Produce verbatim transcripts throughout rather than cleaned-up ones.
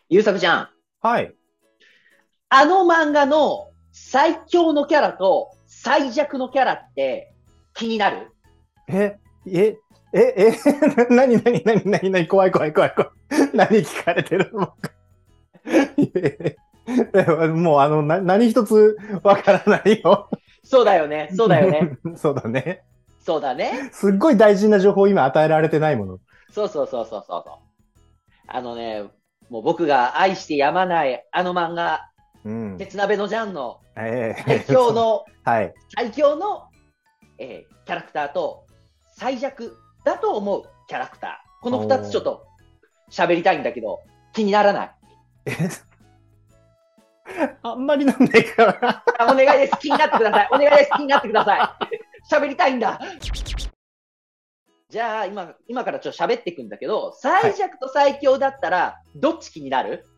ゆうさくちゃん、 はい。 あの漫画の最強のキャラと最弱のキャラって気になる？ え、え、え、え、なになになになになに怖い怖い怖い怖い。何聞かれてるの？ええもうあの、な、何一つわからないよ。 そうだよね、そうだよね、 そうだね。 そうだね。 すっごい大事な情報を今与えられてないもの。 そうそうそうそうそう。あのね、もう僕が愛してやまないあの漫画、 うん。 鉄鍋のジャンのえ最えそう。 強の、 はい。 最強の、えーキャラクターと最弱だと思うキャラクター。この二つちょっおーと喋りたいんだけど、気にならない？ え、あんまりなんないから。 あ、お願いです。気になってください。お願いです。気になってください。喋りたいんだ。じゃあ、今、今からちょっと喋っていくんだけど、 はい。 最弱と最強だったら、どっち気になる？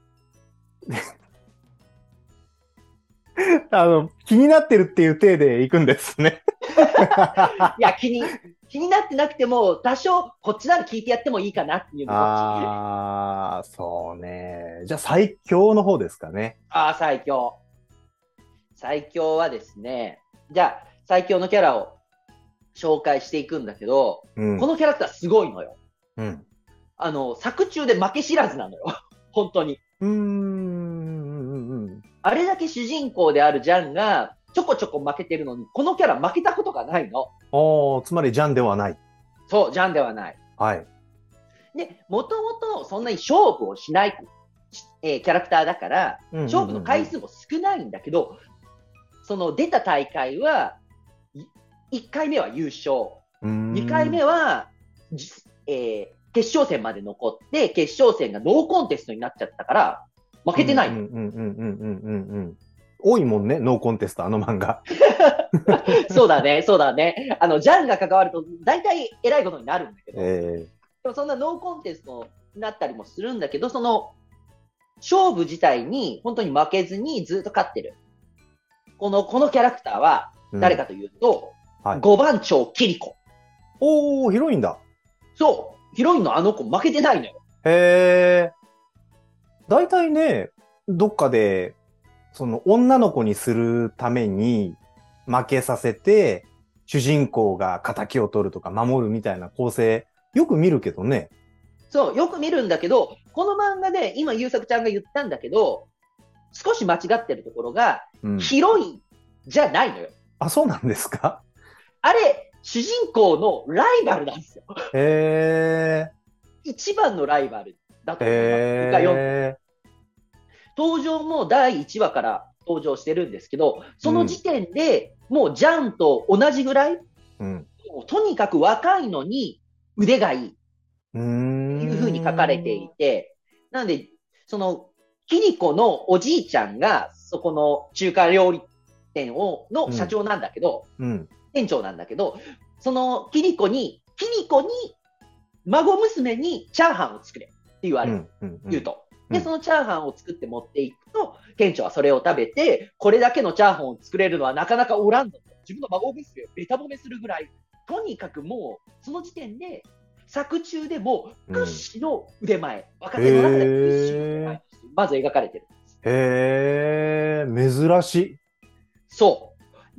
あの、気になってるっていう体で行くんですね。 いや、気に、気になってなくても、多少、こっちなら聞いてやってもいいかなっていうの、どっち？ ああ、そうね。じゃあ最強の方ですかね。 ああ、最強。最強はですね、じゃあ、最強のキャラを紹介していくんだけど、 うん。 このキャラクターすごいのよ。 うん。 あの、作中で負け知らずなのよ。本当に。 うーん。 あれだけ主人公であるジャンが、ちょこちょこ負けてるのに、このキャラ負けたことがないの。 おー、つまりジャンではない。 そう、ジャンではない。 はい。 で、もともとそんなに勝負をしない、えーキャラクターだから、 うんうん勝負の回うんうん。 数も少ないんだけど、その出た大会は、いっかいめは優勝、 うーにかいん。 めは、えー決勝戦まで残って、決勝戦がノーコンテストになっちゃったから、負うんうんけてないの。 うんうんうんうんうんうん。多いもんね、ノーコンテスト、あの漫画。 そうだね、そうだね。あの、ジャンが関わると、大体偉いことになるんだけど、 えでもそんなノーコンテストになったりもするんだけど、その、勝負自体に本当に負けずにずっと勝ってる。この、このキャラクターはー、うん。 誰かというと、 はい。 ごばん丁キリコ。 おー、広いんだ。 そう、ヒロインのあの子負けてないのよ。 へー。大体ね、どっかで、その女の子にするために負けさせて、主人公が仇を取るとか守るみたいな構成、よく見るけどね。 そう、よく見るんだけど、この漫画で今、優作ちゃんが言ったんだけど、少し間違ってるところが、 うん。 ヒロインじゃないのよ。 あ、そうなんですか？ あれ、主人公のライバルなんですよ。 へ一番のライバルだー。 と思います。僕が読んでて。 へ登場もだいいちわから登場してるんですけど、 ー。うん。 その時点でもうジャンと同じぐらい、 うん。 とにかく若いのに腕がいいうーっていう風に書かれていん。 て、なんで、その、キリコのおじいちゃんが、そこの中華料理店を、のうん。 社長なんだけど、 うん。 店長なんだけど、そのキリコに、キリコに、孫娘にチャーハンを作れって言われる。 うん。うん。うん。 言うと。で、そうん。 のチャーハンを作って持っていくと、店長はそれを食べて、これだけのチャーハンを作れるのはなかなかおらんぞと。自分の孫娘をベタ褒めするぐらい、とにかくもう、その時点で、作中でもうん。 屈指の腕前、若へ手の中でも屈指の腕前ー。 としてまず描かれてる。 へー。珍しい。 そう。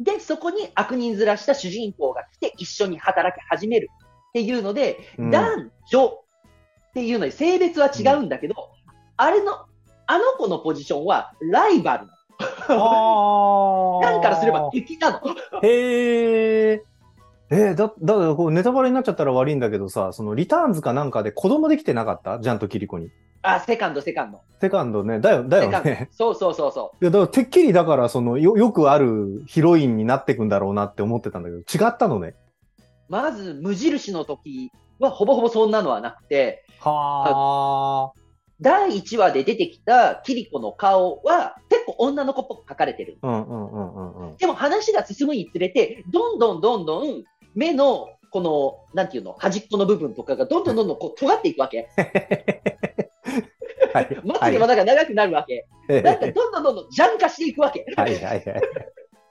で、そこに悪人ずらした主人公が来て一緒に働き始めるっていうので、 うん。 男女っていうので性別は違うん。 うんだけど、あれの、あの子のポジションはライバルなの。ジャンからすればあ敵なの。 ー。へー。えー、だ、だ、こうネタバレになっちゃったら悪いんだけどさ、そのリターンズかなんかで子供できてなかった？ジャンとキリコに。 あ、セカンド、セカンド。 セカンドね。だよ、だセカンド。 よね。 そうそうそうそいや、だからてっきりだからそのよ、よくあるヒロインになってくんだろうなって思ってたんだけど、違ったのね。 う。まず、無印の時はほぼほぼそんなのはなくて、あはあ。 だいいちわで出てきたキリコの顔は結構女の子っぽく描かれてる。 うんうんうんうんうん。 でも話が進むにつれて、どんどんどんどん目のこの、なんていうの、端っこの部分とかがどんどんどんどんこう尖っていくわけ。 はい、 まつげもはい。 なんか長くなるわけ。なんかどんどんどんどんジャン化していくわけ。 はいはいはい。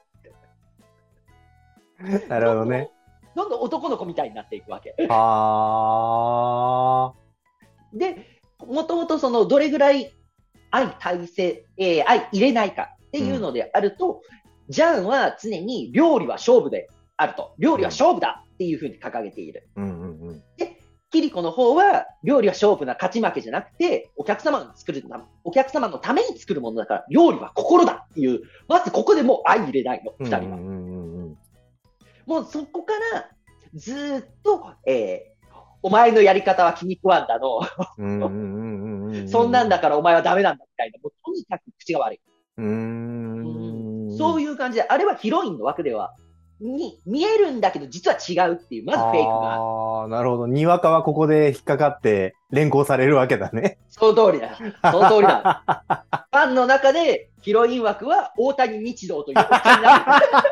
なるほどね。 どんどん、どんどん男の子みたいになっていくわけ。 はあ。 で、もともとその、どれぐらい相対性、えー、相入れないかっていうのであると、うん、ジャンは常に料理は勝負であると。料理は勝負だっていうふうに掲げている。うんうんうん、で、キリコの方は料理は勝負な勝ち負けじゃなくて、お客様の作る、お客様のために作るものだから、料理は心だっていう、まずここでもう相入れないの、二人は。うんうんうんうん、もうそこからずーっと、えーお前のやり方は気に食わんだの。そんなんだからお前はダメなんだみたいな。もうとにかく口が悪い。うーんうん、そういう感じで、あれはヒロインの枠では、に見えるんだけど、実は違うっていう、まずフェイクが。 ああ、なるほど。にわかはここで引っかかって連行されるわけだね。 その通りだ。その通りだ。ファンの中でヒロイン枠は大谷日堂というおっちゃんになってる。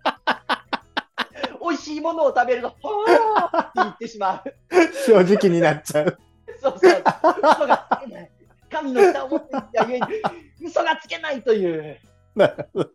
美味しいものを食べると、はぁーって言ってしまう。 正直になっちゃう。 そうそう。嘘がつけない。神の舌を持っていたゆえに、嘘がつけないという。なるほど。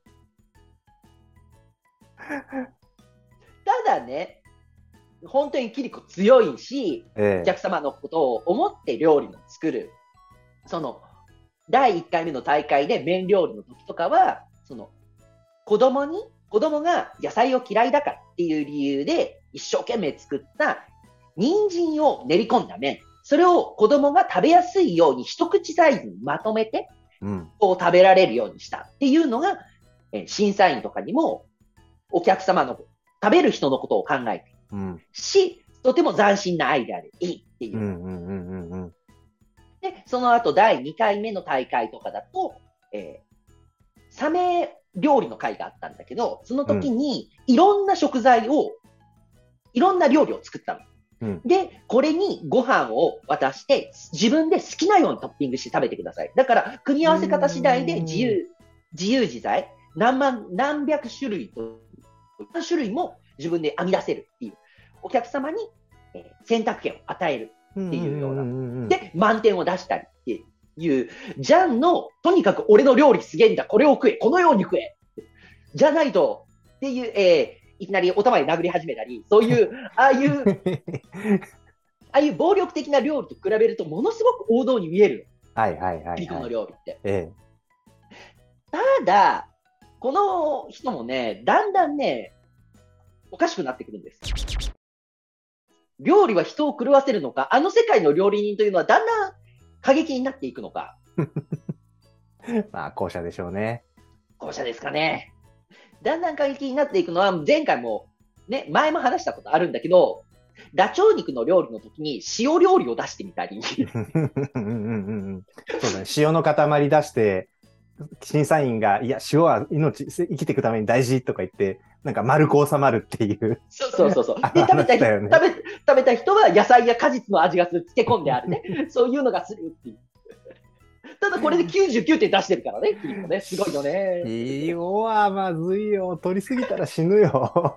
ただね、本当にキリコ強いし、ええ、お客様のことを思って料理も作る。その、だいいっかいめの大会で麺料理の時とかは、その、子供に、子供が野菜を嫌いだからっていう理由で一生懸命作った人参を練り込んだ麺。それを子供が食べやすいように一口サイズにまとめて、うん、こう食べられるようにしたっていうのが、え審査員とかにもお客様の食べる人のことを考えて、うん、し、とても斬新なアイデアでいいっていう。うんうんうんうん、で、その後だいにかいめの大会とかだと、えー、サメ料理の会があったんだけど、その時にいろんな食材を、いろんな料理を作ったの。うん、で、これにご飯を渡して、自分で好きなようにトッピングして食べてください。だから、組み合わせ方次第で自由、自由自在、何万、何百種類と、何種類も自分で編み出せるっていう。お客様に、えー、選択権を与えるっていうような。で、満点を出したりっていう。いうジャンのとにかく俺の料理すげえんだ、これを食え、このように食えじゃないとっていう、えー、いきなりお玉で殴り始めたり、そういうああいうああいう暴力的な料理と比べるとものすごく王道に見える。 はいはいはい、はい。 ピリコの料理って。 ええ、 ただこの人もね、だんだんねおかしくなってくるんです。料理は人を狂わせるのか、あの世界の料理人というのはだんだん過激になっていくのか。 まあ、後者でしょうね。 後者ですかね。だんだん過激になっていくのは、前回も、ね、前も話したことあるんだけど、ダチョウ肉の料理の時に塩料理を出してみたり。 うんうんうん、そうだね。塩の塊出して、審査員が、いや、塩は命、生きていくために大事とか言って、なんか丸く収まるっていう。 そうそうそうそう。で、食べた人、ね、食べ、食べた人は野菜や果実の味がする、漬け込んであるね。そういうのがするっていう。ただこれできゅうじゅうきゅうてん出してるからね、キリコね。すごいよね。 塩はまずいよ。取りすぎたら死ぬよ。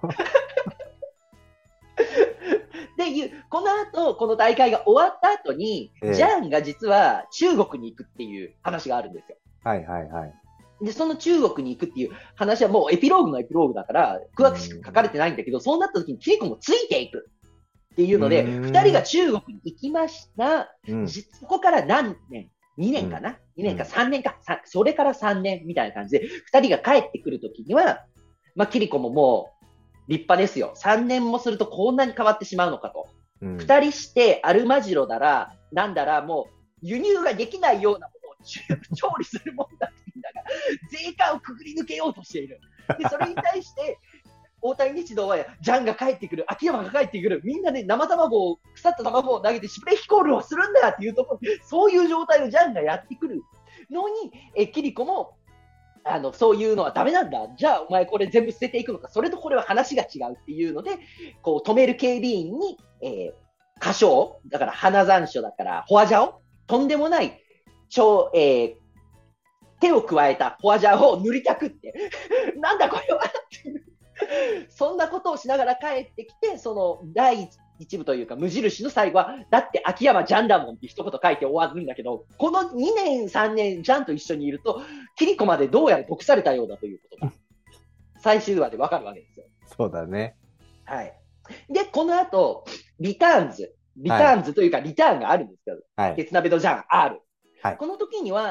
で、この後、この大会が終わった後に、ええ、ジャンが実は中国に行くっていう話があるんですよ。 はいはいはい。 で、その中国に行くっていう話はもうエピローグのエピローグだから、詳しく書かれてないんだけど、そうなった時にキリコもついていくっていうので、二人が中国に行きました。うん、そこから何年 ?に 年かな、うん、?に 年かさんねんか、それからさんねんみたいな感じで、二人が帰ってくる時には、まあ、キリコももう立派ですよ。さんねんもするとこんなに変わってしまうのかと。うん、二人してアルマジロだら、なんだらもう輸入ができないようなものを調理するもんだっていうんだが、税関をくぐり抜けようとしている。で、それに対して、大谷日堂はジャンが帰ってくる、秋山が帰ってくる、みんなで生卵を、腐った卵を投げてシュプレヒコールをするんだっていうところ、そういう状態をジャンがやってくるのに、えキリコもあのそういうのはダメなんだ、じゃあお前これ全部捨てていくのか、それとこれは話が違うっていうので、こう止める警備員に、えー、花椒、だから花山椒だからホアジャオ、とんでもない超、えー、手を加えたホアジャオを塗りたくってなんだこれはそんなことをしながら帰ってきて、その第一部というか無印の最後は、だって秋山ジャンだもんって一言書いて終わるんだけど、このにねんさんねんジャンと一緒にいるとキリコまでどうやら毒されたようだということが最終話でわかるわけですよ。 そうだね。 はい。で、この後リターンズリターンズというかリターンがあるんですけど、はい、鉄鍋のジャン R、はい、この時には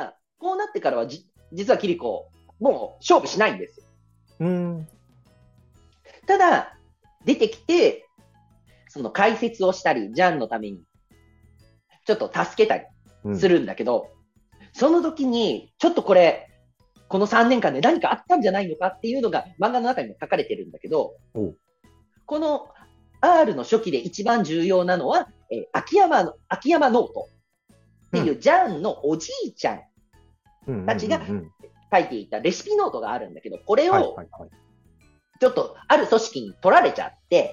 こうなってからはじ、実はキリコ、もう勝負しないんですよ。 うん。 ただ、出てきて、その解説をしたり、ジャンのために、ちょっと助けたりするんだけど、うん、その時に、ちょっとこれ、このさんねんかんで何かあったんじゃないのかっていうのが漫画の中にも書かれてるんだけど、この R の初期で一番重要なのは、えー、秋山の、秋山ノートっていうジャンのおじいちゃんたちが書いていたレシピノートがあるんだけど、これをちょっとある組織に取られちゃって、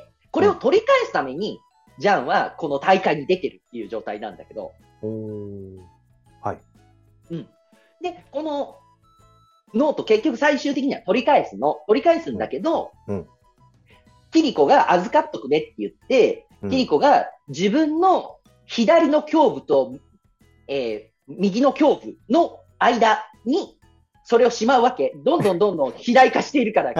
これを取り返すために、ジャンはこの大会に出てるっていう状態なんだけど、 はい。 うん。で、このノート結局最終的には取り返すの。取り返すんだけど、うん、キリコが預かっとくねって言って、うん、キリコが自分の左の胸部と、えー、右の胸部の間にそれをしまうわけ。どんどんどんどん肥大化しているから、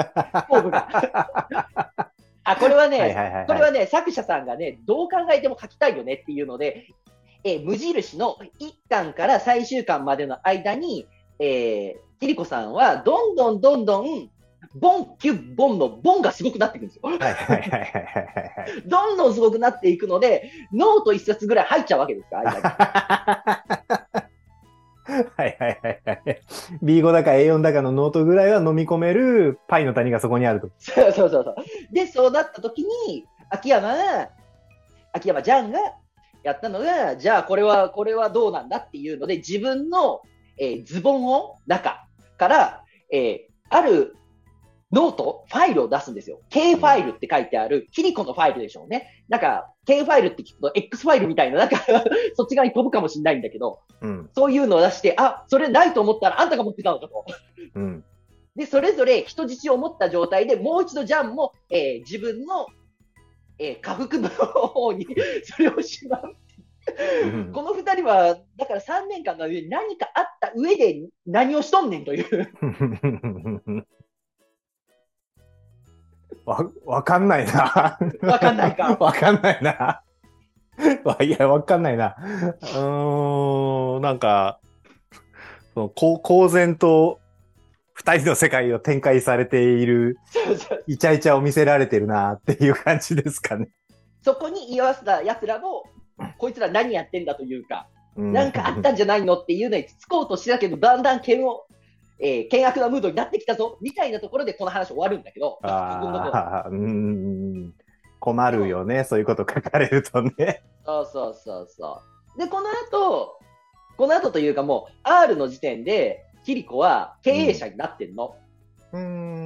胸部が。あ、これはね、はいはいはいはい、これはね、作者さんがね、どう考えても書きたいよねっていうので、えー、無印のいっかんから最終巻までの間に、えー、キリコさんはどんどんどんどんボンキュッボンのボンがすごくなっていくんですよ。どんどんすごくなっていくので、ノート一冊ぐらい入っちゃうわけですよ、間に。 はいはいはいはい。ビーご だか エーよん だかのノートぐらいは飲み込めるパイの谷がそこにあると。 そうそうそうそう。で、そうなった時に、秋山が、秋山ジャンがやったのが、じゃあこれは、これはどうなんだっていうので、自分の、えー、ズボンを中から、えー、あるノート、ファイルを出すんですよ。K ファイルって書いてある、キリコのファイルでしょうね。なんか、K ファイルって聞くと X ファイルみたいな、なんかそっち側に飛ぶかもしれないんだけど、うん、そういうのを出して、あ、それないと思ったらあんたが持ってたのかと。うん、で、それぞれ人質を持った状態でもう一度ジャンも、えー、自分の、えー、下腹部の方にそれをしまう。うん、この二人は、だからさんねんかんの上に何かあった上で何をしとんねんという。 わ、わかんないな。 わかんないか。 わかんないな。いや、わかんないな。うーん、なんか、そのこう公然と二人の世界を展開されている、イチャイチャを見せられてるなっていう感じですかね。 そこに居合わせた奴らも、こいつら何やってんだというか、うん、なんかあったんじゃないのっていうのにつつこうとしてたけど、だんだん剣を、えー、険悪なムードになってきたぞみたいなところでこの話終わるんだけど、 あうん、困るよね、そういうこと書かれるとね。 そうそうそうそう。で、この後、この後というかもう R の時点でキリコは経営者になってんの。うん。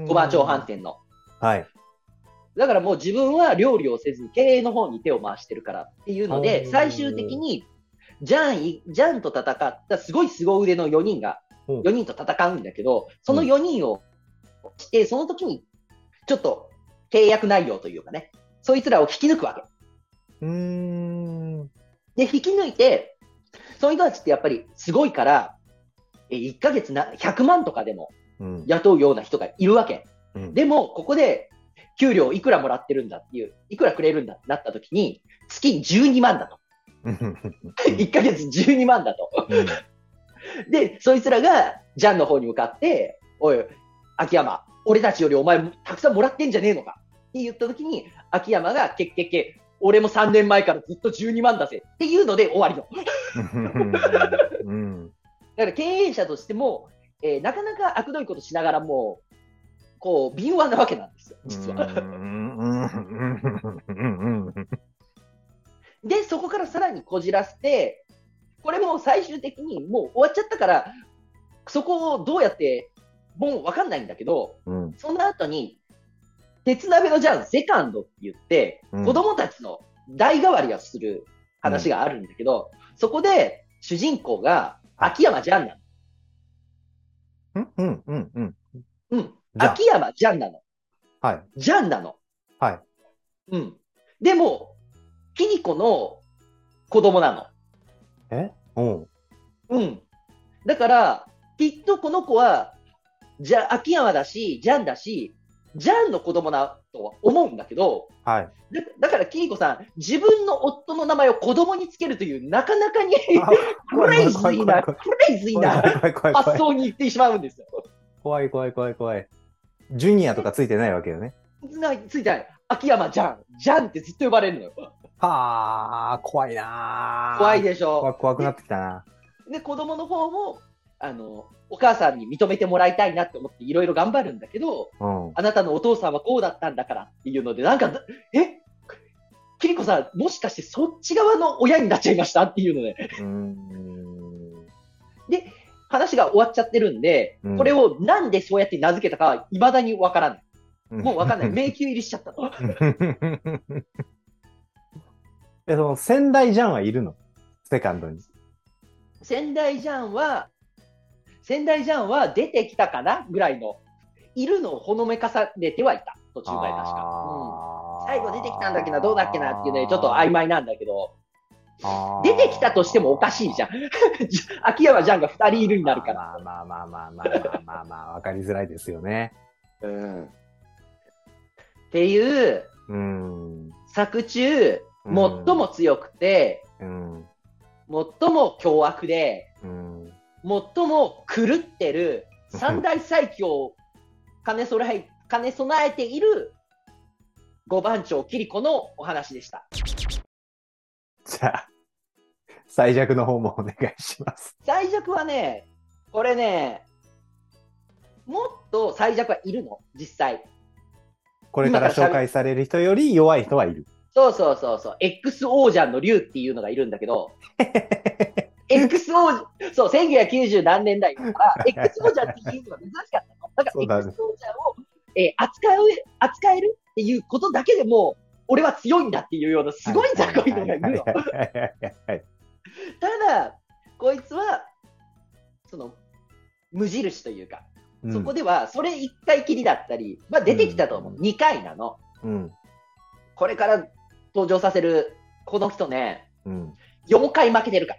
鳥羽長飯店の。 はい。 だからもう自分は料理をせず経営の方に手を回してるからっていうので、最終的にジャン、ジャンと戦ったすごい凄腕のよにんが、よにんと戦うんだけど、そのよにんをして、その時にちょっと契約内容というかね、そいつらを引き抜くわけ。うーん。で、引き抜いて、そういう人たちってやっぱりすごいから、いっかげつなひゃくまんとかでも雇うような人がいるわけ。うん、でも、ここで給料いくらもらってるんだっていう、いくらくれるんだってなった時に、月じゅうにまんだと。いっかげつじゅうにまんだと。うん、で、そいつらがジャンの方に向かって、おい、秋山、俺たちよりお前たくさんもらってんじゃねえのかって言った時に、秋山がけっけっけ、俺もさんねんまえからずっとじゅうにまんだぜっていうので終わりの。うん、だから経営者としても、えー、なかなか悪どいことしながらも、こう、敏腕なわけなんですよ、実は。で、そこからさらにこじらせて、これも最終的にもう終わっちゃったから、そこをどうやって、もうわかんないんだけど、うん、その後に、鉄鍋のジャンセカンドって言って、うん、子供たちの代替わりをする話があるんだけど、うん、そこで主人公が秋山ジャンなの。うん、うん、うん。 うん。秋山ジャンなの。 はい。 ジャンなの。 はい。 うん。でも、キリコの子供なの。 えうん。 うん。だから、きっとこの子は、じゃ、秋山だし、ジャンだし、 ジャンの子供だとは思うんだけど、 はい。 だだから、キリコさん、自分の夫の名前を子供につけるという、なかなかにあクレイジーな、クレイジーな怖い怖い怖い怖い発想に行ってしまうんですよ。 怖い怖い怖い怖い。ジュニアとかついてないわけよね。 なついてない。秋山ジャン。ジャンってずっと呼ばれるのよ。 はあ、怖いなー。 怖いでしょ。 怖怖くなってきたな。 で、子供の方も、あの、お母さんに認めてもらいたいなって思っていろいろ頑張るんだけど、 うん。 あなたのお父さんはこうだったんだからっていうので、なんか、えキリコさん、もしかしてそっち側の親になっちゃいましたっていうので。 うーん。 で、話が終わっちゃってるんで、 うんこれをなんでそうやって名付けたかは未だにわからない。もうわかんない。迷宮入りしちゃったの。 で、その仙台ジャンはいるの？セカンドに。 仙台ジャンは、仙台ジャンは出てきたかなぐらいの、いるのをほのめかされてはいた。途中まで確か。うん、最後出てきたんだっけな、どうだっけなっていうね、ちょっと曖昧なんだけど、出てきたとしてもおかしいじゃん。秋山ジャンがふたりいるになるから。 まあまあまあまあまあまあまあまあ、わかりづらいですよね。 うん。っていう、 うん、 作中、最も強くて、 うん、 最も凶悪で、 うん、 最も狂ってる三大最強を兼ね備え、兼ね備えている五番長キリコのお話でした。 じゃあ、最弱の方もお願いします。 最弱はね、これね、もっと最弱はいるの、実際。 これから紹介される人より弱い人はいる。 そうそうそうそう。X 王者の竜っていうのがいるんだけど、X 王者、そう、せんきゅうひゃくきゅうじゅう何年代だから、X 王者っていうのが珍しかったの。だから X 王者を、えー、扱う、扱えるっていうことだけでも、俺は強いんだっていうようなすごい雑魚いのがいるの。ただ、こいつは、その、無印というか、うん、そこでは、それいっかいきりだったり、まあ出てきたと思う。うん、にかいなの。うん、これから登場させる、この人ね、うん、よんかい負けてるから。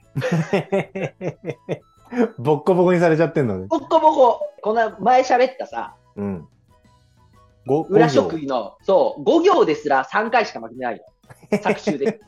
ボッコボコにされちゃってんのね。 ボッコボコ。この前喋ったさ、うん、裏職位の、そう、ご行ですらさんかいしか負けてないの。作中で。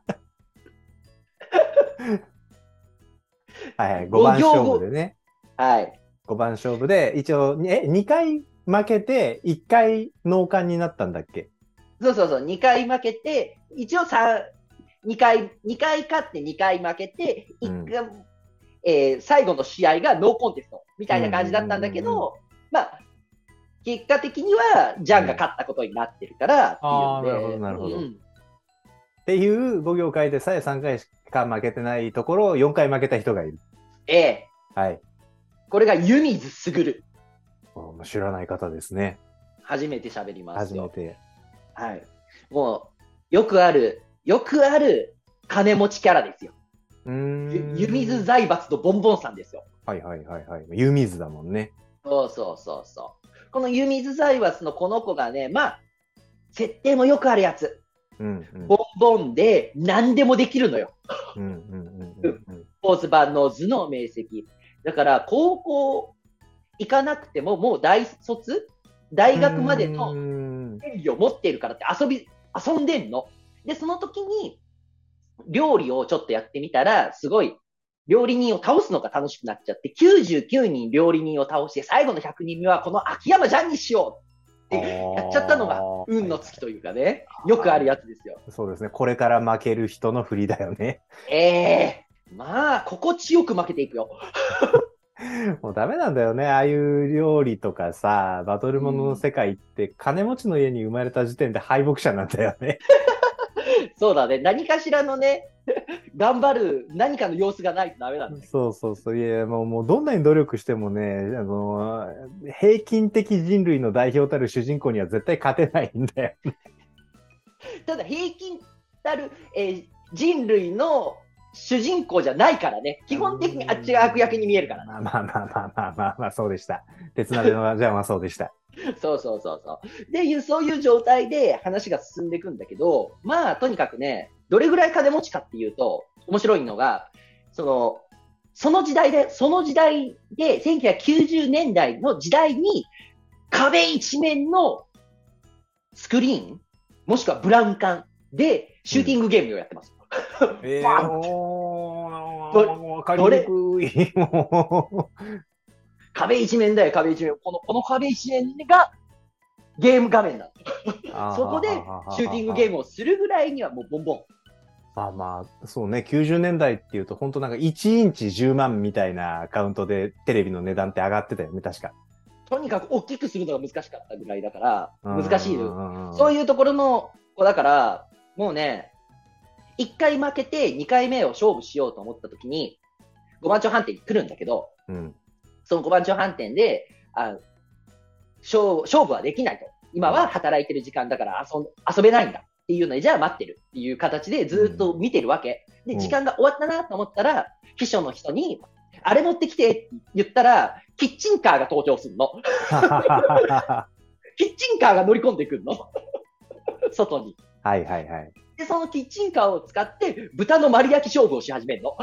はいはい、ごばん勝負でね。 はい。 ごばん勝負で、一応、え、にかい負けて、いっかい納棺になったんだっけ？ そうそうそう、にかい負けて、一応さん、にかい、にかい勝ってにかい負けて、いっかい、うん、えー、最後の試合がノーコンテストみたいな感じだったんだけど、まあ、結果的にはジャンが勝ったことになってるからっていうので、 なるほど、なるほど。うん、っていうご行書いてさえさんかいしか負けてないところをよんかい負けた人がいる。 ええ。 はい。 これが湯水すぐる。 知らない方ですね。 初めて喋りますよ。 初めて。 はい。もう、よくある、よくある金持ちキャラですよ。うーん。湯水財閥とボンボンさんですよ。 はいはいはいはい。湯水だもんね。 そうそうそうそう。この湯水財閥のこの子がね、まあ、設定もよくあるやつ。うんうん、ボンボンで何でもできるのよ。スポーツ万能図の明晰。だから高校行かなくてももう大卒大学までの権利を持っているからって遊び、遊んでんの。で、その時に料理をちょっとやってみたら、すごい料理人を倒すのが楽しくなっちゃって、きゅうじゅうきゅうにん料理人を倒して、最後のひゃくにんめはこの秋山ジャンにしようってやっちゃったのが運の月というかね、よくあるやつですよ。 そうですね。これから負ける人の振りだよね。 ええー、まあ、心地よく負けていくよ。 もうダメなんだよね。ああいう料理とかさ、バトルものの世界って金持ちの家に生まれた時点で敗北者なんだよね。 そうだね。何かしらのね、頑張る何かの様子がないとダメなんだ、ね。 そうそうそう。いや、もう、もうどんなに努力してもね、あの、平均的人類の代表たる主人公には絶対勝てないんだよね。 ただ平均たる、えー、人類の主人公じゃないからね。基本的にあっちが悪役に見えるから、ね。 まあまあまあまあまあまあまあ、そうでした。鉄鍋のジャンはそうでした。 そうそうそうそう。でいう、そういう状態で話が進んでいくんだけど、まあ、とにかくね、どれぐらい金持ちかっていうと、面白いのが、その、その時代で、その時代で、せんきゅうひゃくきゅうじゅうねんだいの時代に、壁一面のスクリーン、もしくはブラウン管でシューティングゲームをやってます。 うん、えー、おー、わかりにくい。 壁一面だよ、壁一面。この、この壁一面がゲーム画面なの。そこでシューティングゲームをするぐらいにはもうボンボン。 まあまあ、そうね、きゅうじゅうねんだいっていうと、本当なんかいちインチじゅうまんみたいなカウントでテレビの値段って上がってたよね、確か。 とにかく大きくするのが難しかったぐらいだから、難しいよ。そういうところの子だから、もうね、いっかい負けてにかいめを勝負しようと思った時に、ごばん丁飯店に来るんだけど、うん、そのごばん丁飯店で、あ勝、勝負はできないと。今は働いてる時間だから遊ん遊べないんだっていうので、じゃあ待ってるっていう形でずっと見てるわけ。で、時間が終わったなと思ったら、秘書の人に、あれ持ってきてって言ったら、キッチンカーが登場するの。キッチンカーが乗り込んでくるの。外に。 はいはいはい。 で、そのキッチンカーを使って、豚の丸焼き勝負をし始めるの。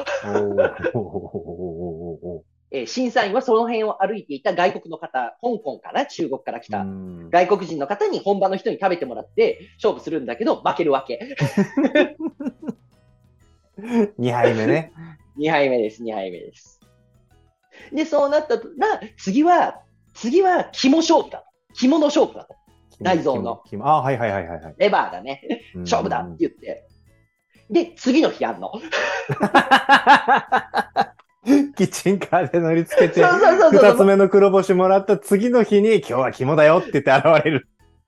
えー、審査員はその辺を歩いていた外国の方、香港から中国から来た外国人の方に本場の人に食べてもらって勝負するんだけど、負けるわけ。 にはいめね。 にはいめです、にはいめです。で、そうなったら、次は、次は肝勝負だと。肝の勝負だと。内臓の。 あ、はいはいはいはい。 レバーだね。勝負だって言って。で、次の日あんの。 キッチンカーで乗り付けて、二つ目の黒星もらった次の日に、今日は肝だよって言って現れる。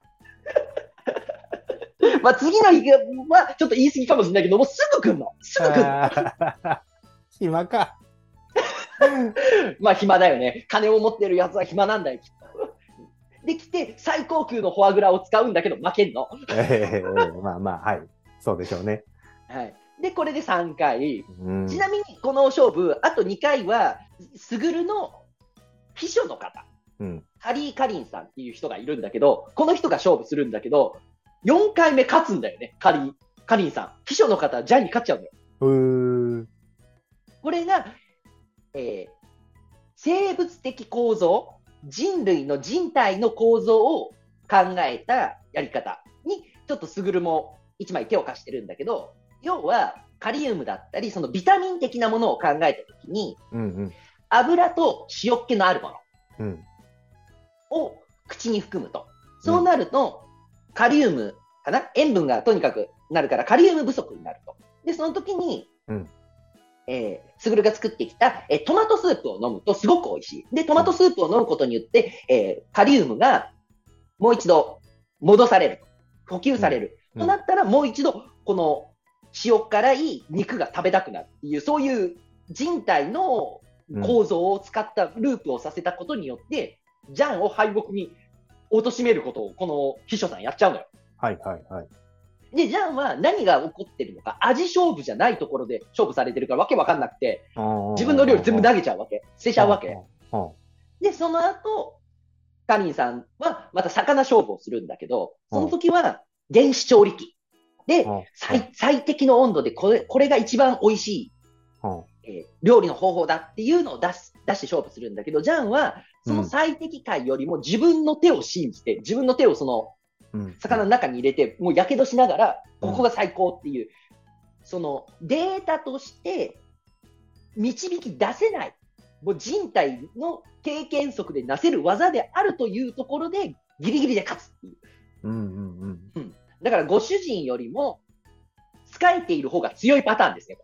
まあ次の日はちょっと言い過ぎかもしれないけど、もうすぐ来んの。すぐ来んの。 暇か。 まあ暇だよね。金を持ってるやつは暇なんだよ、きっと。できて、最高級のフォアグラを使うんだけど負けんの。 えー、まあまあ、はい。そうでしょうね。 はい。で、これでさんかい。うん、ちなみに、この勝負、あとにかいは、スグルの秘書の方、うん、ハリー・カリンさんっていう人がいるんだけど、この人が勝負するんだけど、よんかいめ勝つんだよね、カリー、カリンさん。秘書の方、ジャンに勝っちゃうんだよ。 うーん、 これが、えー、生物的構造、人類の人体の構造を考えたやり方に、ちょっとスグルもいちまい手を貸してるんだけど、要はカリウムだったり、そのビタミン的なものを考えたときに、うんうん、油と塩っ気のあるものを口に含むと。うん、そうなると、カリウムかな、塩分がとにかくなるからカリウム不足になると。で、その時に、うん、えー、スグルが作ってきた、えー、トマトスープを飲むとすごく美味しい。で、トマトスープを飲むことによって、えー、カリウムがもう一度戻される。補給される。うん、となったらもう一度、この塩辛い肉が食べたくなるっていう、そういう人体の構造を使ったループをさせたことによって、うん、ジャンを敗北に貶めることをこの秘書さんやっちゃうのよ。 はいはいはい。 で、ジャンは何が起こってるのか、味勝負じゃないところで勝負されてるからわけわかんなくて、自分の料理全部投げちゃうわけ。捨てちゃうわけ。で、その後、カリンさんはまた魚勝負をするんだけど、その時は原始調理器。で、最、最適の温度でこれ、これが一番美味しい、えー、料理の方法だっていうのを出す、出して勝負するんだけど、ジャンはその最適解よりも自分の手を信じて、自分の手をその、魚の中に入れて、もうやけどしながら、ここが最高っていう、そのデータとして導き出せない、もう人体の経験則でなせる技であるというところで、ギリギリで勝つっていう。うんうんうんうん、だからご主人よりも使えている方が強いパターンですね。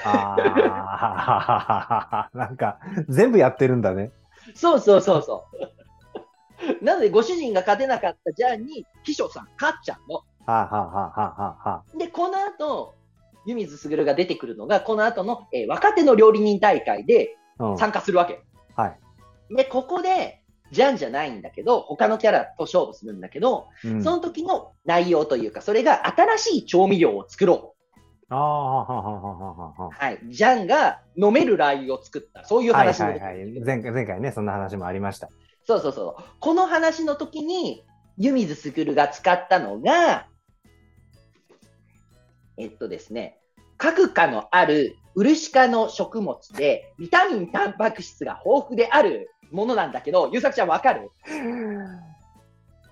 ああ、なんか全部やってるんだね。 そうそうそうそう。なのでご主人が勝てなかったジャンに秘書さん勝っちゃうの。はあはあはあはあはあ、でこの後湯水卓が出てくるのがこの後の、えー、若手の料理人大会で参加するわけ。うん、はい。でここでジャンじゃないんだけど、他のキャラと勝負するんだけど、うん、その時の内容というか、それが新しい調味料を作ろう。ああ、ははははは。はい。ジャンが飲めるラー油を作った。そういう話も出てくる。はいはいはい。前回、前回ね、そんな話もありました。 そうそうそう。この話の時に、湯水卓が使ったのが、えっとですね、各科のある漆科の食物で、ビタミン、タンパク質が豊富であるものなんだけど、ゆうさくちゃんわかる？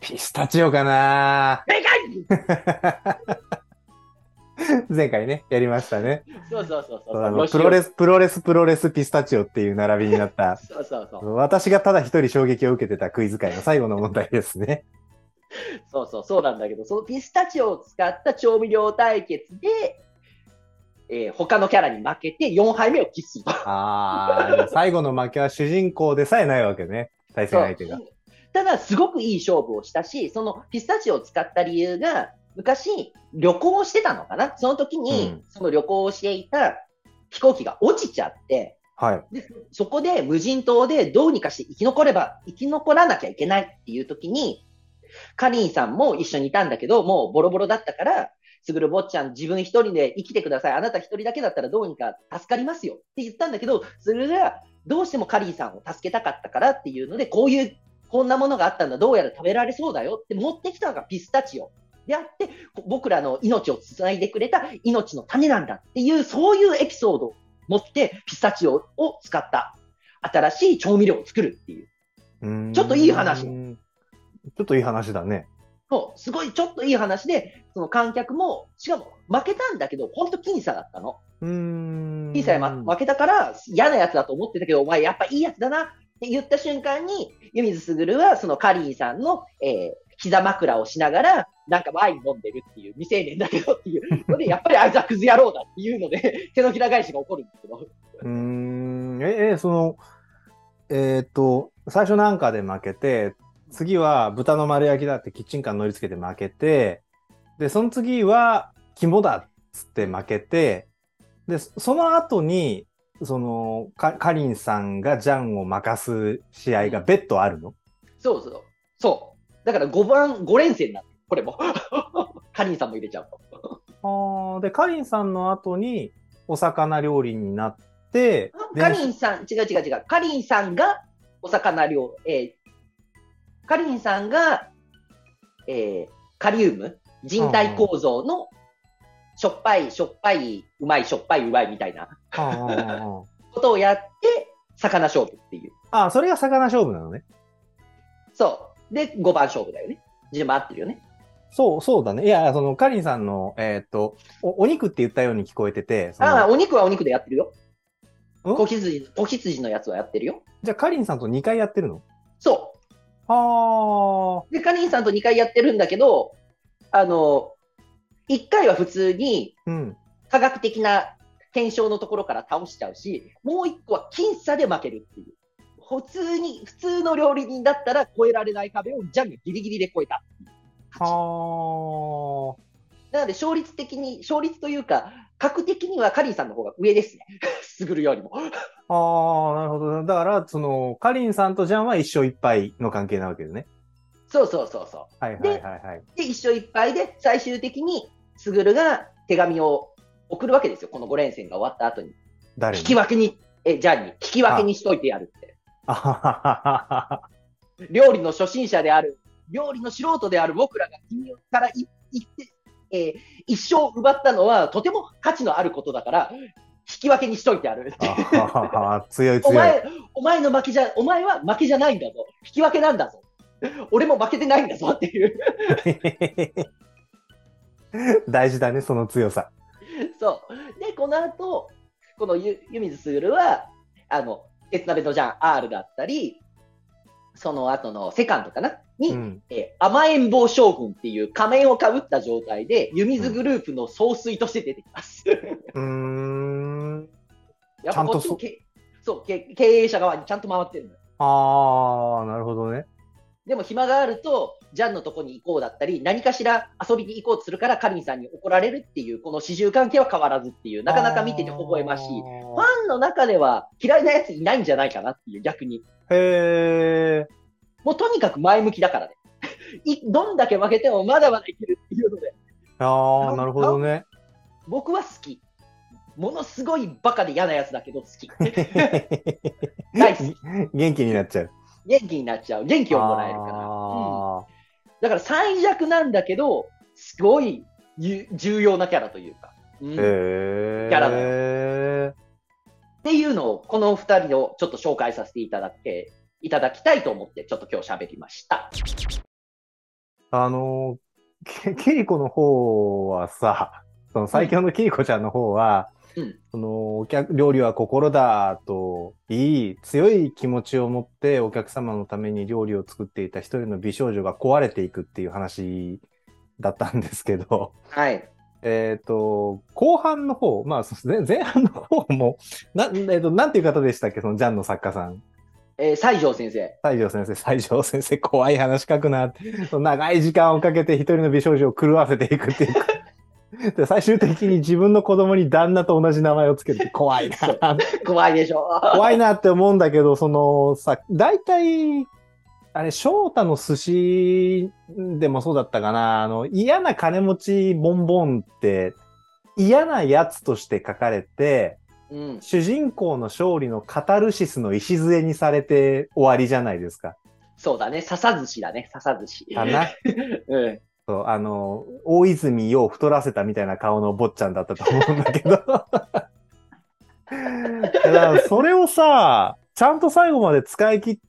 ピスタチオかな。 正解前回ね、やりましたね。 そうそうそうそう。 あのプロレス、プロレス、プロレスピスタチオっていう並びになった。 そうそうそう。 私がただ一人衝撃を受けてたクイズ界の最後の問題ですね。 そうそう、そうなんだけど、そのピスタチオを使った調味料対決で、えー、他のキャラに負けてよんはいめを喫すると。 ああ、最後の負けは主人公でさえないわけね。対戦相手が。 ただ、すごくいい勝負をしたし、そのピスタチオを使った理由が、昔、旅行をしてたのかな、その時に、うん、その旅行をしていた飛行機が落ちちゃって、 はい、 でそこで無人島でどうにかして生き残れば、生き残らなきゃいけないっていう時に、カリンさんも一緒にいたんだけど、もうボロボロだったから、すぐる坊ちゃん自分一人で生きてください。あなた一人だけだったらどうにか助かりますよって言ったんだけど、それがどうしてもカリンさんを助けたかったからっていうので、こういう、こんなものがあったんだ、どうやら食べられそうだよって持ってきたのがピスタチオであって、僕らの命をつないでくれた命の種なんだっていう、そういうエピソードを持ってピスタチオを使った新しい調味料を作るっていう。うーん、ちょっといい話。 ちょっといい話だね。 そう、すごいちょっといい話で、その観客も、しかも負けたんだけど、ほんと僅差だったの。 うーん。 僅差で負けたから嫌なやつだと思ってたけど、お前やっぱいいやつだなって言った瞬間に、湯水卓はそのカリーさんの、えー、膝枕をしながら、なんかワイン飲んでるっていう未成年だけどっていうので、やっぱりあいつはクズ野郎だっていうので、手のひら返しが起こるんですけど。 うーん。え、え、その、えー、っと、最初なんかで負けて、次は豚の丸焼きだってキッチンカー乗り付けて負けて、で、その次は肝だっつって負けて、で、その後に、その、かかりんさんがジャンを任す試合が別途あるの？ そうそう。そう。だからごばん、ご連戦なんだ。これも。かりんさんも入れちゃうと。あで、かりんさんの後にお魚料理になって、 かりんさん、違う違う違う。かりんさんがお魚料理、えー、かりんさんが、えー、カリウム、人体構造のしょっぱい、しょっぱい、うまい、しょっぱい、うまいみたいなことをやって、魚勝負っていう。 ああ、それが魚勝負なのね。 そう。で、ごばん勝負だよね。順番合ってるよね。 そう、そうだね。いや、その、かりんさんの、えっとお、お肉って言ったように聞こえてて。 ああ、お肉はお肉でやってるよ。子羊、子羊のやつはやってるよ。 じゃあ、かりんさんとにかいやってるの？ そう。 はあ。 で、かりんさんとにかいやってるんだけど、あの、いっかいは普通に、科学的な検証のところから倒しちゃうし、うん、もういっこは僅差で負けるっていう。普通に、普通の料理人だったら越えられない壁をジャンがギリギリで越えた。 はあ。 なので、勝率的に、勝率というか、格的にはカリンさんの方が上ですね。すぐるよりも。 ああ、なるほど。だから、その、カリンさんとジャンは一勝一敗の関係なわけですね。 そうそうそうそう。 はいはいはいはい。 で、で一勝一敗で、最終的に、すぐるが手紙を送るわけですよ。このご連戦が終わった後に。 誰に？ 引き分けに、え、ジャンに、引き分けにしといてやるって。 あははは料理の初心者である、料理の素人である僕らが君から言って、えー、一生奪ったのはとても価値のあることだから、引き分けにしといてあるって。 あ強い強い。 お前、お前の負けじゃ、お前は負けじゃないんだぞ。引き分けなんだぞ。俺も負けてないんだぞっていう。 大事だね、その強さ。 そう。で、この後、この湯水卓は、あの、鉄鍋のジャン R だったり、その後のセカンドかなに、うん、えー、甘えん坊将軍っていう仮面をかぶった状態で、湯水グループの総帥として出てきます。 うーん。 やっぱこっちもけそう経営者側にちゃんと回ってるのよ。 ああ、なるほどね。 でも暇があると、ジャンのとこに行こうだったり、何かしら遊びに行こうとするから、カリンさんに怒られるっていう、この始終関係は変わらずっていう、なかなか見てて微笑ましい。ファンの中では嫌いなやついないんじゃないかなっていう、逆に。 へー。 もうとにかく前向きだからね。どんだけ負けてもまだまだいけるっていうので。 ああ、なるほどね。 僕は好き。ものすごいバカで嫌なやつだけど好き。大好き。 元気になっちゃう。 元気になっちゃう。元気をもらえるから。うん、だから最弱なんだけど、すごい重要なキャラというか。うん、 へー。 キャラだよ。っていうのを、この二人をちょっと紹介させていただけ、いただきたいと思って、ちょっと今日喋りました。 あの、キキリコの方はさ、その最強のキリコちゃんの方は、 うん。 そのお客、料理は心だといい、強い気持ちを持ってお客様のために料理を作っていた一人の美少女が壊れていくっていう話だったんですけど、 はい。 えっと、後半の方、まあ、そうですね前半の方も、な、えっと、なんていう方でしたっけ、そのジャンの作家さん。 えー、西条先生。 西条先生、西条先生、怖い話書くなって。その長い時間をかけて一人の美少女を狂わせていくっていうか。で、最終的に自分の子供に旦那と同じ名前をつけるって怖いそう。 な。 怖いでしょ。 怖いなって思うんだけど、そのさ、大体、あれ、翔太の寿司でもそうだったかな。あの、嫌な金持ちボンボンって嫌なやつとして書かれて、 うん。 主人公の勝利のカタルシスの礎にされて終わりじゃないですか。 そうだね。笹寿司だね。笹寿司。 かな。 うん。 そう、あの、大泉洋を太らせたみたいな顔の坊ちゃんだったと思うんだけど。だからそれをさ、ちゃんと最後まで使い切って、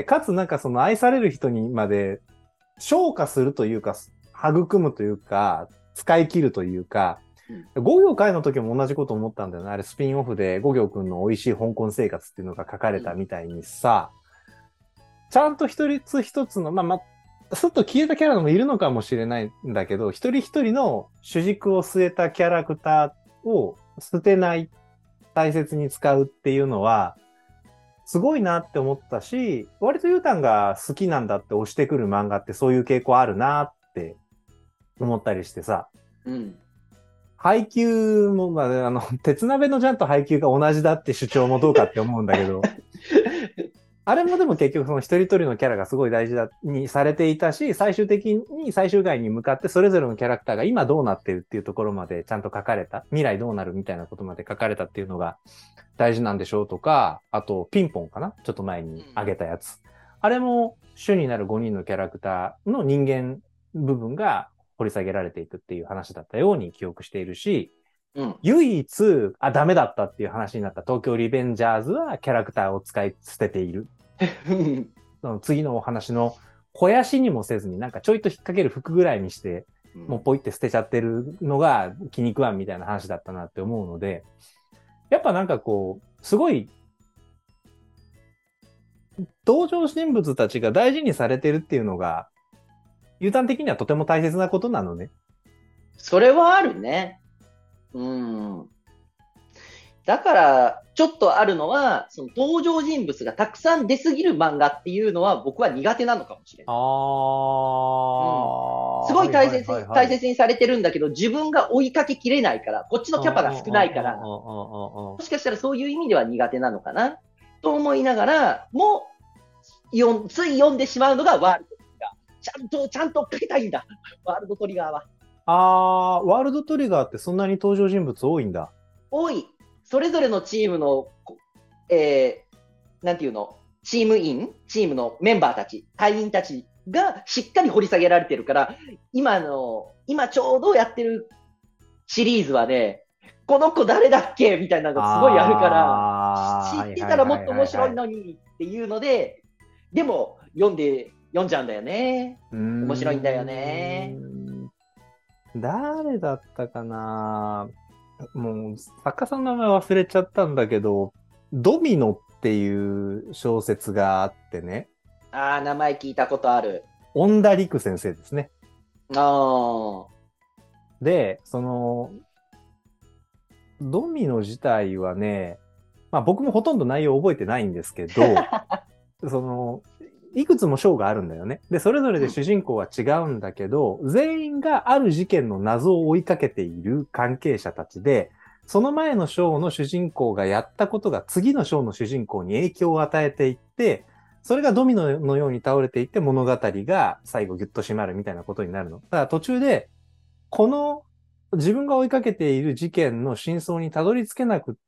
かつなんかその愛される人にまで昇華するというか、育むというか、使い切るというか、五行会の時も同じこと思ったんだよね。あれスピンオフで五行くんの美味しい香港生活っていうのが書かれたみたいにさ、ちゃんと一つ一つの、まあまあ、すっと消えたキャラもいるのかもしれないんだけど、一人一人の主軸を据えたキャラクターを捨てない、大切に使うっていうのは、すごいなって思ったし、割とユータンが好きなんだって押してくる漫画ってそういう傾向あるなって思ったりしてさ、 うん。 配給も、まあ、あの、鉄鍋のジャンと配給が同じだって主張もどうかって思うんだけど、あれもでも結局その一人一人のキャラがすごい大事だにされていたし、最終的に最終回に向かってそれぞれのキャラクターが今どうなってるっていうところまでちゃんと書かれた、未来どうなるみたいなことまで書かれたっていうのが大事なんでしょうとか、あとピンポンかなちょっと前にあげたやつ。あれも主になるごにんのキャラクターの人間部分が掘り下げられていくっていう話だったように記憶しているし、 うん。 唯一、あ、ダメだったっていう話になった東京リベンジャーズはキャラクターを使い捨てている。その次のお話の肥やしにもせずになんかちょいと引っ掛ける服ぐらいにして、もうポイって捨てちゃってるのが気に食わんみたいな話だったなって思うので、やっぱなんかこう、すごい、登場人物たちが大事にされてるっていうのが、ユータン的にはとても大切なことなのね。 それはあるね。うん。だから、ちょっとあるのは、その登場人物がたくさん出すぎる漫画っていうのは僕は苦手なのかもしれない。 あうん。すー。 ごい大切に、 はいはいはいはい大切にされてるんだけど、自分が追いかけきれないから、こっちのキャパが少ないから、もしかしたらそういう意味では苦手なのかなと思いながら、もう、よんつい読んでしまうのがワールドトリガー。ちゃんと、ちゃんと追っかけたいんだ。ワールドトリガーは。 あー、ワールドトリガーってそんなに登場人物多いんだ。 多い。それぞれのチームの、えー、なんていうの、チームイン、チームのメンバーたち、隊員たちがしっかり掘り下げられてるから、今の、今ちょうどやってるシリーズはね、この子誰だっけみたいなのがすごいあるから、知ってたらもっと面白いのにっていうので、でも読んで、読んじゃうんだよね。面白いんだよね。 誰だったかなもう、作家さんの名前忘れちゃったんだけど、ドミノっていう小説があってね。 ああ、名前聞いたことある。 恩田陸先生ですね。 ああ。 で、その、ドミノ自体はね、まあ僕もほとんど内容覚えてないんですけど、その、いくつも章があるんだよね。で、それぞれで主人公は違うんだけど、うん、全員がある事件の謎を追いかけている関係者たちで、その前の章の主人公がやったことが次の章の主人公に影響を与えていって、それがドミノのように倒れていって物語が最後ギュッと締まるみたいなことになるの。だから途中で、この自分が追いかけている事件の真相にたどり着けなくって、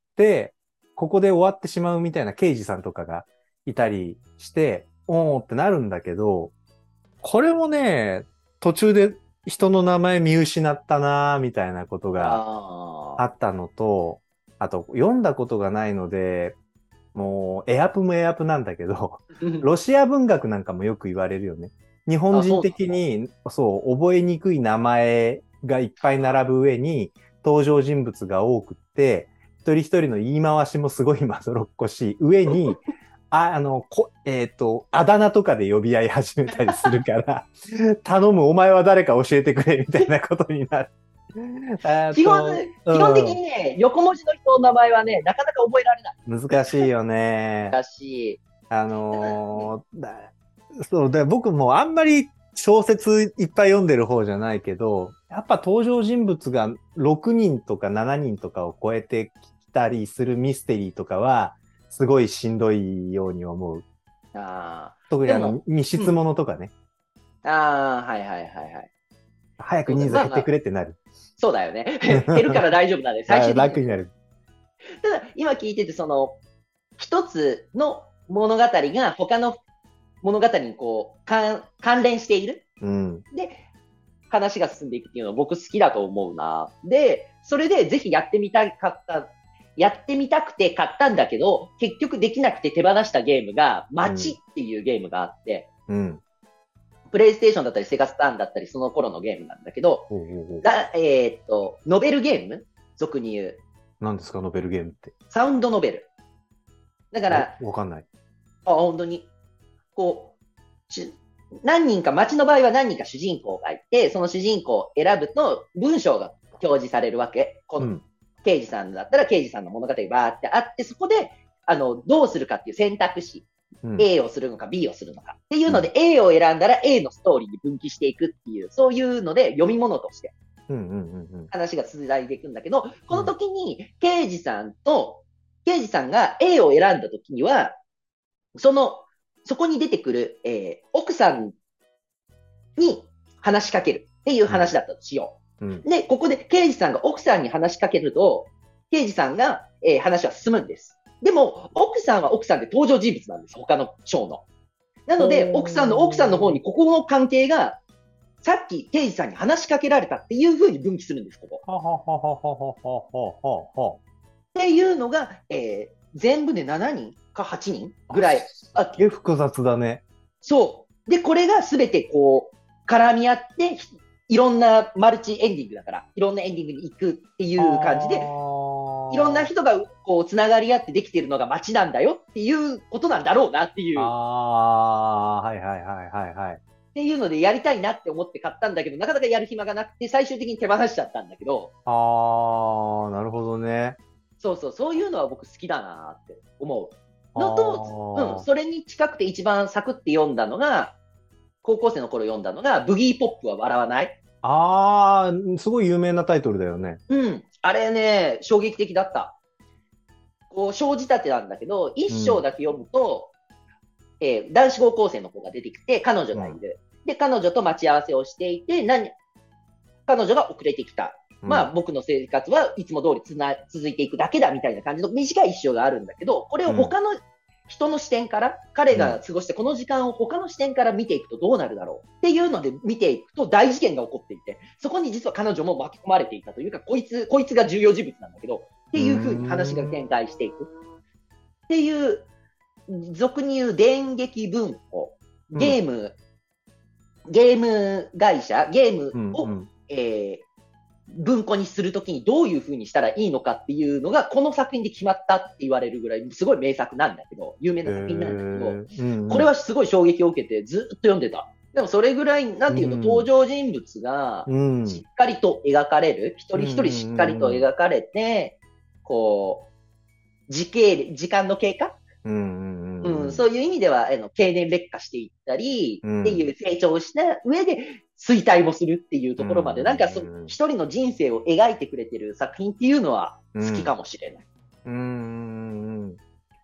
ここで終わってしまうみたいな刑事さんとかがいたりして、おーってなるんだけど、これもね、途中で人の名前見失ったなーみたいなことがあったのと、あと読んだことがないので、もうエアプもエアプなんだけど、ロシア文学なんかもよく言われるよね。 日本あ、そう人的に、そう、覚えにくい名前がいっぱい並ぶ上に、登場人物が多くって、一人一人の言い回しもすごいまどろっこしい。上に、あ、あの、こ、えっと、あだ名とかで呼び合い始めたりするから、頼む、お前は誰か教えてくれ、みたいなことになる。えっ基本、 と、 基本的うん、 にね、横文字の人の名前はね、なかなか覚えられない。 難しいよね。 だし、 あただね、 のーだそうで、僕もあんまり小説いっぱい読んでる方じゃないけど、やっぱ登場人物がろくにんとかしちにんとかを超えてきたりするミステリーとかは、すごいしんどいように思う。 あーでも、 特にあの、密室うん。 ものとかね、 ああ、はいはいはいはい。 早くそうだ、 人数減ってくまあまあ、 れってなる。 そうだよね。減るから大丈夫なんで、最あ、 終的にはそう。 楽になる。 ただ、今聞いてて、その、一つの物語が他の物語にこう、関関連している。 うん。 で、話が進んでいくっていうのは僕好きだと思うな。で、それでぜひやってみたかった、やってみたくて買ったんだけど、結局できなくて手放したゲームが、 うん。 街っていうゲームがあって、 うん。 プレイステーションだったりセガスターンだったりその頃のゲームなんだけど、 ほうほうほう。 だえーっと、ノベルゲーム俗に言う。 何ですか、ノベルゲームって。 サウンドノベル。だかえ、 ら、 わかんない。 あ、本当に、こう、何人か、街の場合は何人か主人公がいて、その主人公を選ぶと文章が表示されるわけ。このうん。 刑事さんだったら刑事さんの物語がバーってあって、そこで、あの、どうするかっていう選択肢。 うん。 A をするのか B をするのかっていううん。 ので A を選んだら A のストーリーに分岐していくっていう、そういうので読み物としてうん。うん。うん。 話が続いていくんだけど、このうん。 時に刑事さんと、刑事さんが A を選んだ時には、その、そこに出てくる、えー奥さんに話しかけるっていううん。 話だったとしようん。 う。で、ここで刑事さんが奥さんに話しかけると、刑事さんが、えー話は進むんです。でも、奥さんは奥さんで登場人物なんです。他の章の。なので、奥さんの奥さんの方にここの関係が、さっき刑事さんに話しかけられたっていう風に分岐するんです、ここ。 ははははははははは。 っていうのが、えー全部でしちにんかはちにんあ、 ぐらいあって、 すげえ複雑だね。 そう。で、これがすべてこう、絡み合って、いろんなマルチエンディングだから、いろんなエンディングに行くっていあう感じで、いろんなー。 人がこう、つながり合ってできているのが街なんだよっていうことなんだろうなっていう、っあー、はいはいはいはいはい。 ていうのでやりたいなって思って買ったんだけど、なかなかやる暇がなくて、最終的に手放しちゃったんだけど、 あー、なるほどね。 そうそう、そういうのは僕好きだなって思あうのと、うん、 ー。 それに近くて一番サクって読んだのが、高校生の頃読んだのが、ブギーポップは笑わない。 あー、すごい有名なタイトルだよね。 うん。あれね、衝撃的だった。こう、小仕立てなんだけど、一うん。 章だけ読むと、えー男子高校生の子が出てきて、彼女うん。 がいる。で、彼女と待ち合わせをしていて、何、彼女が遅れてきた。まあ、 うん。 僕の生活はいつも通りつな続いていくだけだみたいな感じの短い一章があるんだけど、これうん。 を他の人の視点から、彼うん。 が過ごしてこの時間を他の視点から見ていくとどうなるだろうっていうので見ていくと大事件が起こっていて、そこに実は彼女も巻き込まれていたというか、こいつ、こいつが重要人物なんだけど、ってうーいう風に話が展ん。 開していくっていう、俗に言う電撃文庫、 うん。 ゲーム、ゲーム会社、ゲームうん。うを、 ん。 えー文庫にするときにどういうふうにしたらいいのかっていうのが、この作品で決まったって言われるぐらい、すごい名作なんだけど、有名えな作品なんだけど、 ー。うんうん。 これはすごい衝撃を受けてずっと読んでた。でもそれぐらい、なんうていうの、登ん。 場人物がうん。 しっかりと描かれる、一うん。 人一人しっかりとうん。 描かれて、こう、時系、時間の経過うん。 うん、 うん。 そういう意味では、あの、経年劣化していったり、ってうん。 いう成長をした上で、衰退もするっていううところまで、なんかそ、 ん。 一人の人生を描いてくれてる作品っていうのは好きかうん。 もしれない。 うん。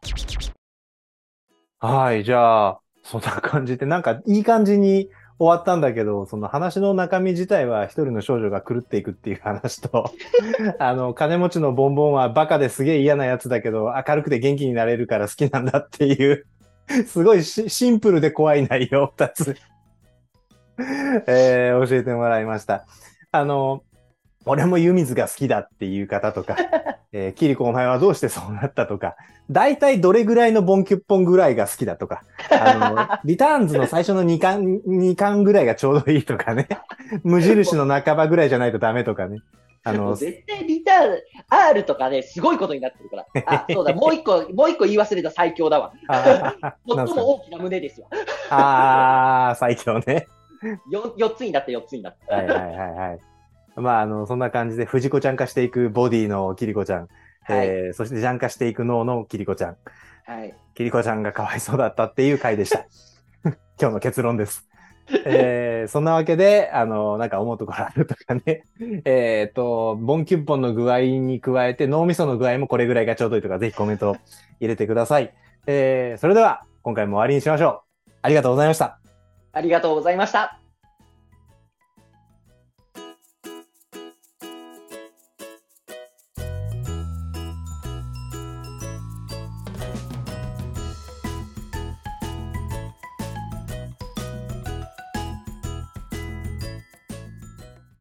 はい、じゃあ、そんな感じで、なんかいい感じに終わったんだけど、その話の中身自体は一人の少女が狂っていくっていう話と、あの、金持ちのボンボンはバカですげえ嫌なやつだけど、明るくて元気になれるから好きなんだっていう、すごいシシンプルで怖い内容二つ、えー教えてもらいました。あの、 俺も湯水が好きだっていう方とか、えー、キリコお前はどうしてそうなったとか、大体どれぐらいのボンキュッポンぐらいが好きだとか、あの、リターンズの最初のにかん、にかんぐらいがちょうどいいとかね、無印の半ばぐらいじゃないとダメとかね。あの、 絶対リターン、R とかね、すごいことになってるから。あ、そうだ、もう一個、もう一個言い忘れた最強だわ。最も大きな胸ですよ。 ああ、最強ね。 よ、よっつになってよっつになって。 はいはいはいはい。まあ、あの、そんな感じで、藤子ちゃん化していくボディのキリコちゃん。はい、えー、そしてジャン化していく脳のキリコちゃん。はい。キリコちゃんがかわいそうだったっていう回でした。今日の結論です。えー、そんなわけで、あの、なんか思うところあるとかね。えっと、ボンキュッポンの具合に加えて脳みその具合もこれぐらいがちょうどいいとか、ぜひコメント入れてください。えー、それでは、今回も終わりにしましょう。ありがとうございました。 ありがとうございました。